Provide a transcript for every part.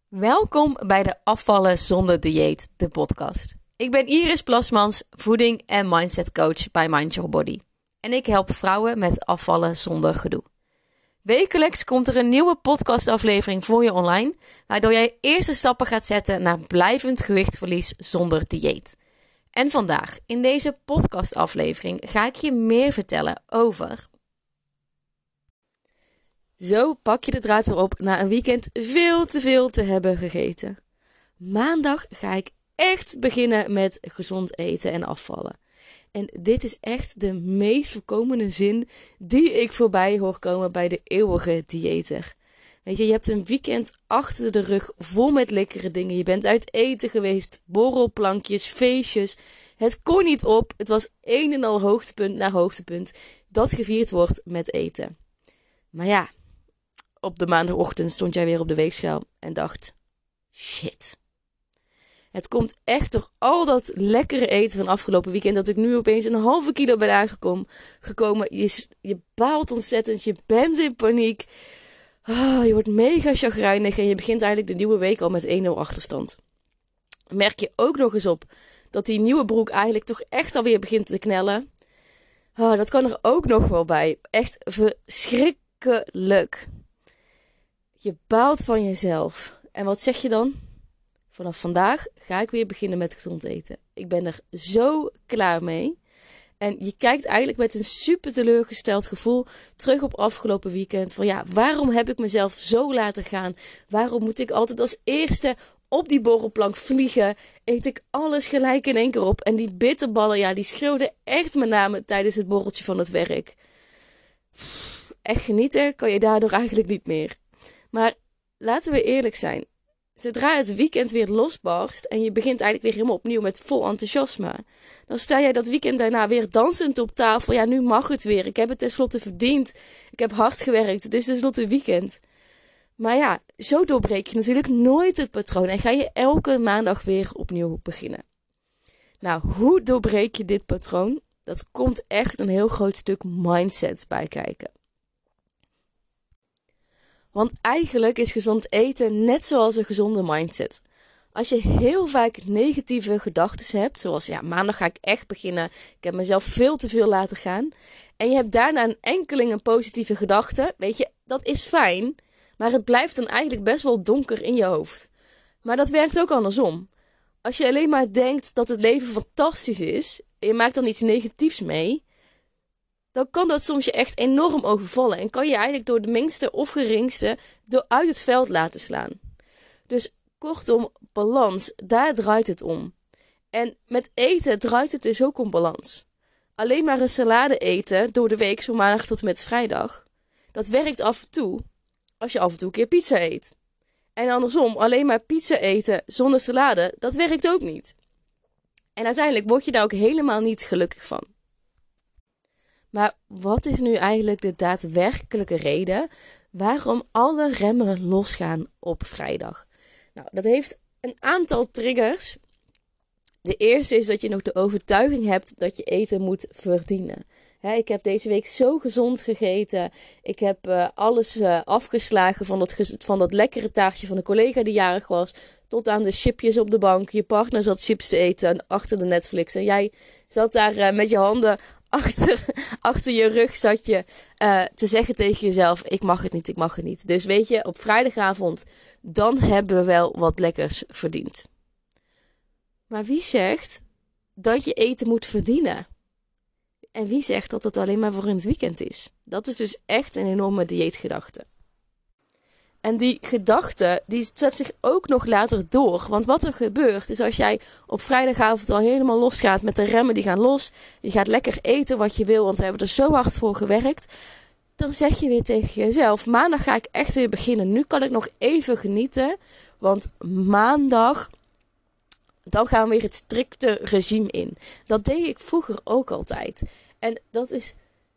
Welkom bij de Afvallen zonder dieet, de podcast. Ik ben Iris Plasmans, voeding- en mindsetcoach bij Mind Your Body. En ik help vrouwen met afvallen zonder gedoe. Wekelijks komt er een nieuwe podcastaflevering voor je online, waardoor jij eerste stappen gaat zetten naar blijvend gewichtverlies zonder dieet. En vandaag, in deze podcastaflevering, ga ik je meer vertellen over... Zo pak je de draad weer op na een weekend veel te veel te hebben gegeten. Maandag ga ik echt beginnen met gezond eten en afvallen. En dit is echt de meest voorkomende zin die ik voorbij hoor komen bij de eeuwige dieeter. Weet je hebt een weekend achter de rug vol met lekkere dingen. Je bent uit eten geweest, borrelplankjes, feestjes. Het kon niet op. Het was een en al hoogtepunt na hoogtepunt dat gevierd wordt met eten. Maar ja, op de maandagochtend stond jij weer op de weegschaal en dacht, shit. Het komt echt door al dat lekkere eten van afgelopen weekend dat ik nu opeens een halve kilo ben aangekomen. Je baalt ontzettend, je bent in paniek. Je wordt mega chagrijnig en je begint eigenlijk de nieuwe week al met 1-0 achterstand. Merk je ook nog eens op dat die nieuwe broek eigenlijk toch echt alweer begint te knellen. Dat kan er ook nog wel bij. Echt verschrikkelijk. Je baalt van jezelf. En wat zeg je dan? Vanaf vandaag ga ik weer beginnen met gezond eten. Ik ben er zo klaar mee. En je kijkt eigenlijk met een super teleurgesteld gevoel terug op afgelopen weekend. Van ja, waarom heb ik mezelf zo laten gaan? Waarom moet ik altijd als eerste op die borrelplank vliegen? Eet ik alles gelijk in één keer op. En die bitterballen, ja, die schreeuwden echt met name tijdens het borreltje van het werk. Echt genieten kan je daardoor eigenlijk niet meer. Maar laten we eerlijk zijn. Zodra het weekend weer losbarst en je begint eigenlijk weer helemaal opnieuw met vol enthousiasme, dan sta jij dat weekend daarna weer dansend op tafel. Ja, nu mag het weer. Ik heb het tenslotte verdiend. Ik heb hard gewerkt. Het is tenslotte weekend. Maar ja, zo doorbreek je natuurlijk nooit het patroon en ga je elke maandag weer opnieuw beginnen. Nou, hoe doorbreek je dit patroon? Dat komt echt een heel groot stuk mindset bij kijken. Want eigenlijk is gezond eten net zoals een gezonde mindset. Als je heel vaak negatieve gedachten hebt, zoals ja, maandag ga ik echt beginnen, ik heb mezelf veel te veel laten gaan. En je hebt daarna een enkeling een positieve gedachte, weet je, dat is fijn, maar het blijft dan eigenlijk best wel donker in je hoofd. Maar dat werkt ook andersom. Als je alleen maar denkt dat het leven fantastisch is, en je maakt dan iets negatiefs mee, dan kan dat soms je echt enorm overvallen. En kan je eigenlijk door de minste of geringste uit het veld laten slaan. Dus kortom, balans, daar draait het om. En met eten draait het dus ook om balans. Alleen maar een salade eten door de week, van maandag tot en met vrijdag. Dat werkt af en toe, als je af en toe een keer pizza eet. En andersom, alleen maar pizza eten zonder salade, dat werkt ook niet. En uiteindelijk word je daar ook helemaal niet gelukkig van. Maar wat is nu eigenlijk de daadwerkelijke reden waarom alle remmen losgaan op vrijdag? Nou, dat heeft een aantal triggers. De eerste is dat je nog de overtuiging hebt dat je eten moet verdienen. Ik heb deze week zo gezond gegeten. Ik heb alles afgeslagen van dat lekkere taartje van een collega die jarig was. Tot aan de chipjes op de bank. Je partner zat chips te eten achter de Netflix. En jij zat daar met je handen achter je rug zat je te zeggen tegen jezelf, ik mag het niet, ik mag het niet. Dus weet je, op vrijdagavond, dan hebben we wel wat lekkers verdiend. Maar wie zegt dat je eten moet verdienen? En wie zegt dat het alleen maar voor in het weekend is? Dat is dus echt een enorme dieetgedachte. En die gedachte, die zet zich ook nog later door. Want wat er gebeurt, is als jij op vrijdagavond al helemaal losgaat met de remmen die gaan los. Je gaat lekker eten wat je wil, want we hebben er zo hard voor gewerkt. Dan zeg je weer tegen jezelf, maandag ga ik echt weer beginnen. Nu kan ik nog even genieten, want maandag, dan gaan we weer het strikte regime in. Dat deed ik vroeger ook altijd. En dat is,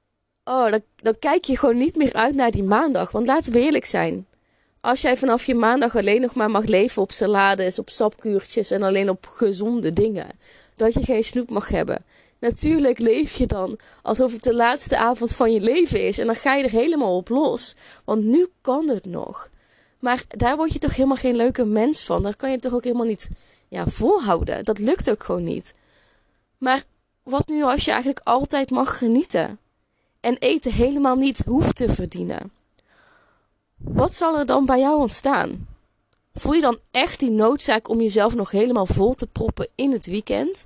dan kijk je gewoon niet meer uit naar die maandag. Want laten we eerlijk zijn. Als jij vanaf je maandag alleen nog maar mag leven op salades, op sapkuurtjes en alleen op gezonde dingen. Dat je geen snoep mag hebben. Natuurlijk leef je dan alsof het de laatste avond van je leven is. En dan ga je er helemaal op los. Want nu kan het nog. Maar daar word je toch helemaal geen leuke mens van. Daar kan je toch ook helemaal niet volhouden. Dat lukt ook gewoon niet. Maar wat nu als je eigenlijk altijd mag genieten? En eten helemaal niet hoeft te verdienen? Wat zal er dan bij jou ontstaan? Voel je dan echt die noodzaak om jezelf nog helemaal vol te proppen in het weekend?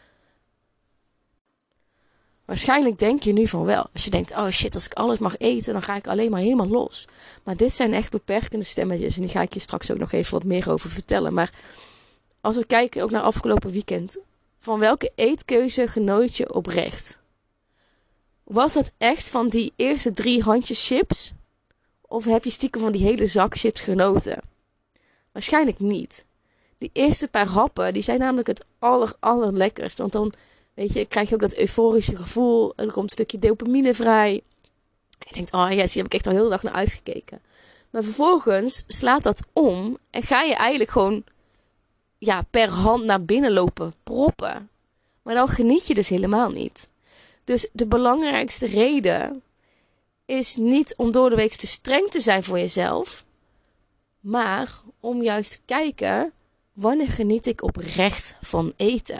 Waarschijnlijk denk je nu van wel. Als je denkt, oh shit, als ik alles mag eten, dan ga ik alleen maar helemaal los. Maar dit zijn echt beperkende stemmetjes. En die ga ik je straks ook nog even wat meer over vertellen. Maar als we kijken ook naar afgelopen weekend. Van welke eetkeuze genoot je oprecht? Was het echt van die eerste 3 handjes chips? Of heb je stiekem van die hele zak chips genoten? Waarschijnlijk niet. Die eerste paar happen, die zijn namelijk het allerlekkerst. Want dan, weet je, krijg je ook dat euforische gevoel. En er komt een stukje dopamine vrij. En je denkt, oh yes, hier heb ik echt al heel de dag naar uitgekeken. Maar vervolgens slaat dat om. En ga je eigenlijk gewoon per hand naar binnen lopen, proppen. Maar dan geniet je dus helemaal niet. Dus de belangrijkste reden is niet om door de week te streng te zijn voor jezelf. Maar om juist te kijken, wanneer geniet ik oprecht van eten?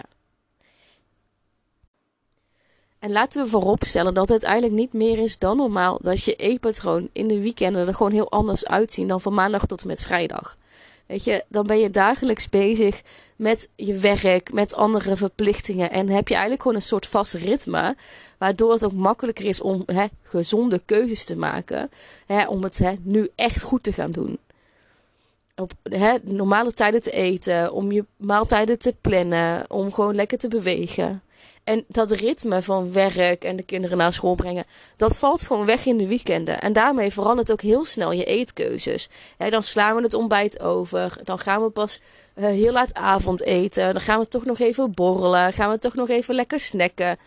En laten we vooropstellen dat het eigenlijk niet meer is dan normaal dat je eetpatroon in de weekenden er gewoon heel anders uitzien dan van maandag tot en met vrijdag. Weet je, dan ben je dagelijks bezig met je werk, met andere verplichtingen. En heb je eigenlijk gewoon een soort vast ritme. Waardoor het ook makkelijker is om gezonde keuzes te maken. Om het nu echt goed te gaan doen. Op normale tijden te eten. Om je maaltijden te plannen. Om gewoon lekker te bewegen. En dat ritme van werk en de kinderen naar school brengen, dat valt gewoon weg in de weekenden. En daarmee verandert ook heel snel je eetkeuzes. Dan slaan we het ontbijt over. Dan gaan we pas heel laat avond eten. Dan gaan we toch nog even borrelen. Gaan we toch nog even lekker snacken.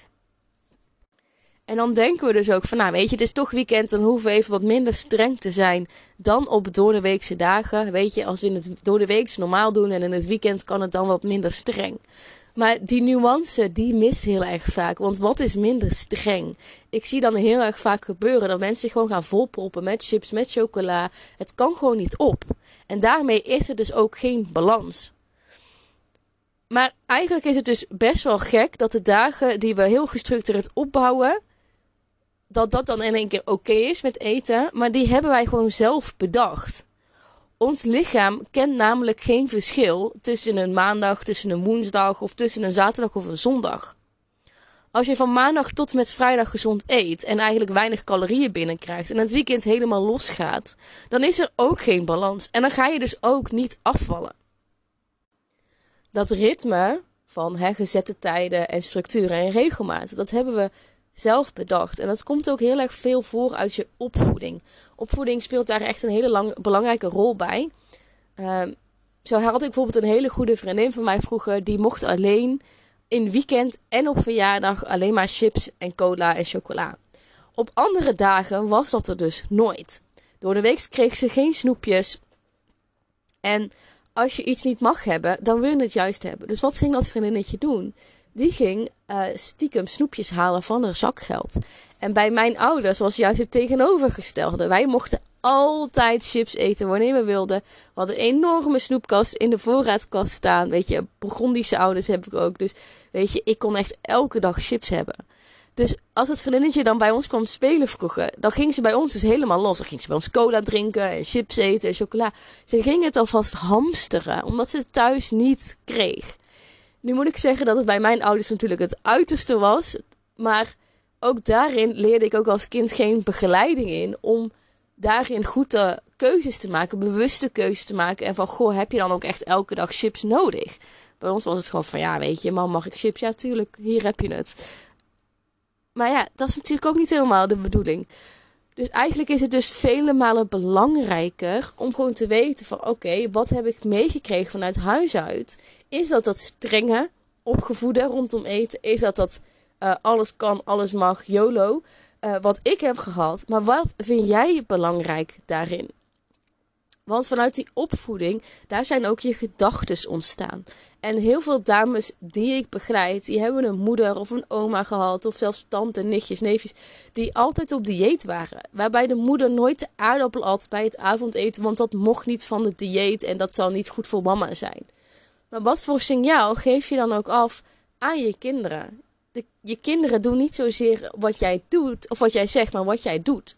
En dan denken we dus ook van, weet je, het is toch weekend, dan hoeven we even wat minder streng te zijn dan op doordeweekse dagen. Weet je, als we in het doordeweeks normaal doen en in het weekend kan het dan wat minder streng. Maar die nuance, die mist heel erg vaak. Want wat is minder streng? Ik zie dan heel erg vaak gebeuren dat mensen zich gewoon gaan volproppen met chips, met chocola. Het kan gewoon niet op. En daarmee is er dus ook geen balans. Maar eigenlijk is het dus best wel gek dat de dagen die we heel gestructureerd opbouwen, dat dan in één keer oké is met eten. Maar die hebben wij gewoon zelf bedacht. Ons lichaam kent namelijk geen verschil tussen een maandag, tussen een woensdag of tussen een zaterdag of een zondag. Als je van maandag tot en met vrijdag gezond eet en eigenlijk weinig calorieën binnenkrijgt en het weekend helemaal losgaat, dan is er ook geen balans en dan ga je dus ook niet afvallen. Dat ritme van gezette tijden en structuren en regelmaat, dat hebben we zelf bedacht. En dat komt ook heel erg veel voor uit je opvoeding. Opvoeding speelt daar echt een hele belangrijke rol bij. Zo had ik bijvoorbeeld een hele goede vriendin van mij vroeger. Die mocht alleen in weekend en op verjaardag alleen maar chips en cola en chocola. Op andere dagen was dat er dus nooit. Door de week kreeg ze geen snoepjes. En als je iets niet mag hebben, dan wil je het juist hebben. Dus wat ging dat vriendinnetje doen? Die ging stiekem snoepjes halen van haar zakgeld. En bij mijn ouders was juist het tegenovergestelde. Wij mochten altijd chips eten wanneer we wilden. We hadden een enorme snoepkast in de voorraadkast staan. Weet je, Burgondische ouders heb ik ook. Dus weet je, ik kon echt elke dag chips hebben. Dus als het vriendinnetje dan bij ons kwam spelen vroeger, dan ging ze bij ons dus helemaal los. Dan ging ze bij ons cola drinken en chips eten en chocola. Ze ging het alvast hamsteren, omdat ze het thuis niet kreeg. Nu moet ik zeggen dat het bij mijn ouders natuurlijk het uiterste was. Maar ook daarin leerde ik ook als kind geen begeleiding in om daarin goede keuzes te maken, bewuste keuzes te maken. En van, heb je dan ook echt elke dag chips nodig? Bij ons was het gewoon van, weet je, mam, mag ik chips? Ja, tuurlijk, hier heb je het. Maar dat is natuurlijk ook niet helemaal de bedoeling. Dus eigenlijk is het dus vele malen belangrijker om gewoon te weten van oké, wat heb ik meegekregen vanuit huis uit? Is dat strenge, opgevoede rondom eten? Is dat alles kan, alles mag, YOLO? Wat ik heb gehad. Maar wat vind jij belangrijk daarin? Want vanuit die opvoeding, daar zijn ook je gedachtes ontstaan. En heel veel dames die ik begeleid, die hebben een moeder of een oma gehad, of zelfs tante, nichtjes, neefjes, die altijd op dieet waren. Waarbij de moeder nooit de aardappel at bij het avondeten, want dat mocht niet van het dieet en dat zal niet goed voor mama zijn. Maar wat voor signaal geef je dan ook af aan je kinderen? Je kinderen doen niet zozeer wat jij doet, of wat jij zegt, maar wat jij doet.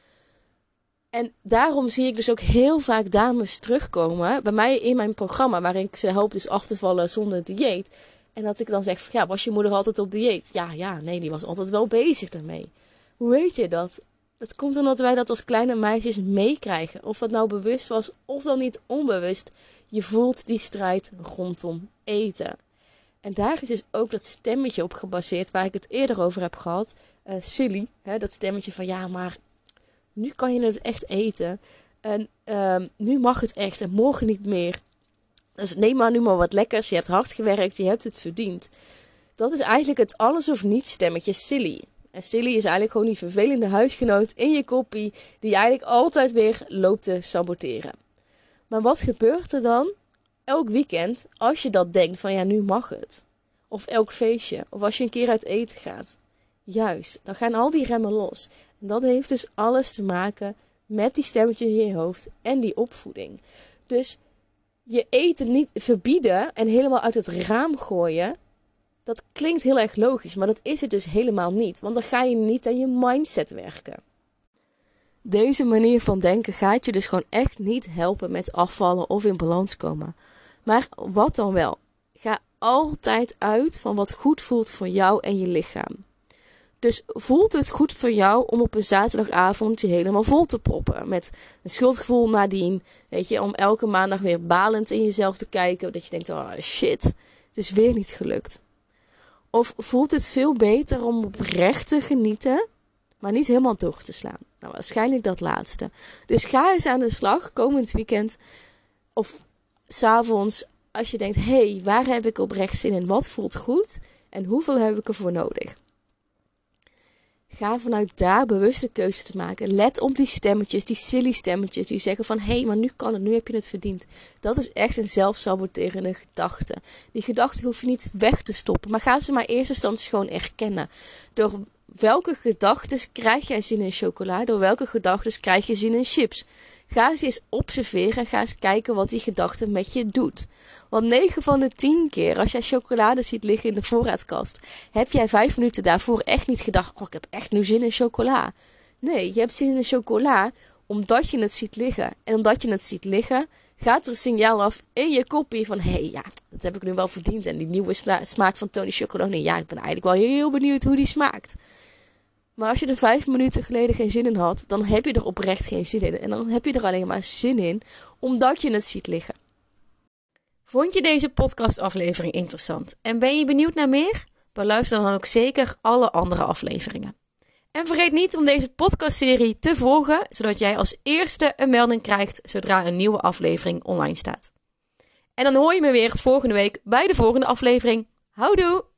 En daarom zie ik dus ook heel vaak dames terugkomen bij mij in mijn programma, waarin ik ze help dus af te vallen zonder dieet. En dat ik dan zeg, ja, was je moeder altijd op dieet? Ja, nee, die was altijd wel bezig daarmee. Hoe weet je dat? Dat komt omdat wij dat als kleine meisjes meekrijgen. Of dat nou bewust was of dan niet onbewust. Je voelt die strijd rondom eten. En daar is dus ook dat stemmetje op gebaseerd waar ik het eerder over heb gehad. Silly, dat stemmetje van ja, maar nu kan je het echt eten. En nu mag het echt en morgen niet meer. Dus neem maar nu maar wat lekkers. Je hebt hard gewerkt, je hebt het verdiend. Dat is eigenlijk het alles of niets stemmetje Silly. En Silly is eigenlijk gewoon die vervelende huisgenoot in je koppie die eigenlijk altijd weer loopt te saboteren. Maar wat gebeurt er dan elk weekend als je dat denkt van ja, nu mag het? Of elk feestje, of als je een keer uit eten gaat. Juist, dan gaan al die remmen los. En dat heeft dus alles te maken met die stemmetjes in je hoofd en die opvoeding. Dus je eten niet verbieden en helemaal uit het raam gooien, dat klinkt heel erg logisch, maar dat is het dus helemaal niet. Want dan ga je niet aan je mindset werken. Deze manier van denken gaat je dus gewoon echt niet helpen met afvallen of in balans komen. Maar wat dan wel? Ga altijd uit van wat goed voelt voor jou en je lichaam. Dus voelt het goed voor jou om op een zaterdagavond je helemaal vol te proppen? Met een schuldgevoel nadien. Weet je, om elke maandag weer balend in jezelf te kijken. Dat je denkt, oh shit, het is weer niet gelukt. Of voelt het veel beter om oprecht te genieten, maar niet helemaal door te slaan? Nou, waarschijnlijk dat laatste. Dus ga eens aan de slag komend weekend. Of 's avonds als je denkt, hé, waar heb ik oprecht zin in? Wat voelt goed? En hoeveel heb ik ervoor nodig? Ga vanuit daar bewuste keuzes te maken. Let op die stemmetjes, die silly stemmetjes die zeggen van hé, maar nu kan het, nu heb je het verdiend. Dat is echt een zelfsaboterende gedachte. Die gedachte hoef je niet weg te stoppen, maar ga ze maar in eerste instantie gewoon erkennen. Door welke gedachten krijg jij zin in chocola? Door welke gedachten krijg je zin in chips? Ga ze eens observeren en ga eens kijken wat die gedachte met je doet. Want 9 van de 10 keer als jij chocolade ziet liggen in de voorraadkast, heb jij 5 minuten daarvoor echt niet gedacht, oh, ik heb echt nu zin in chocola. Nee, je hebt zin in chocola omdat je het ziet liggen. En omdat je het ziet liggen, gaat er een signaal af in je koppie van, hé, ja, dat heb ik nu wel verdiend. En die nieuwe smaak van Tony Chocolonely, ja, ik ben eigenlijk wel heel benieuwd hoe die smaakt. Maar als je er 5 minuten geleden geen zin in had, dan heb je er oprecht geen zin in. En dan heb je er alleen maar zin in, omdat je het ziet liggen. Vond je deze podcastaflevering interessant? En ben je benieuwd naar meer? Beluister dan ook zeker alle andere afleveringen. En vergeet niet om deze podcastserie te volgen, zodat jij als eerste een melding krijgt zodra een nieuwe aflevering online staat. En dan hoor je me weer volgende week bij de volgende aflevering. Houdoe!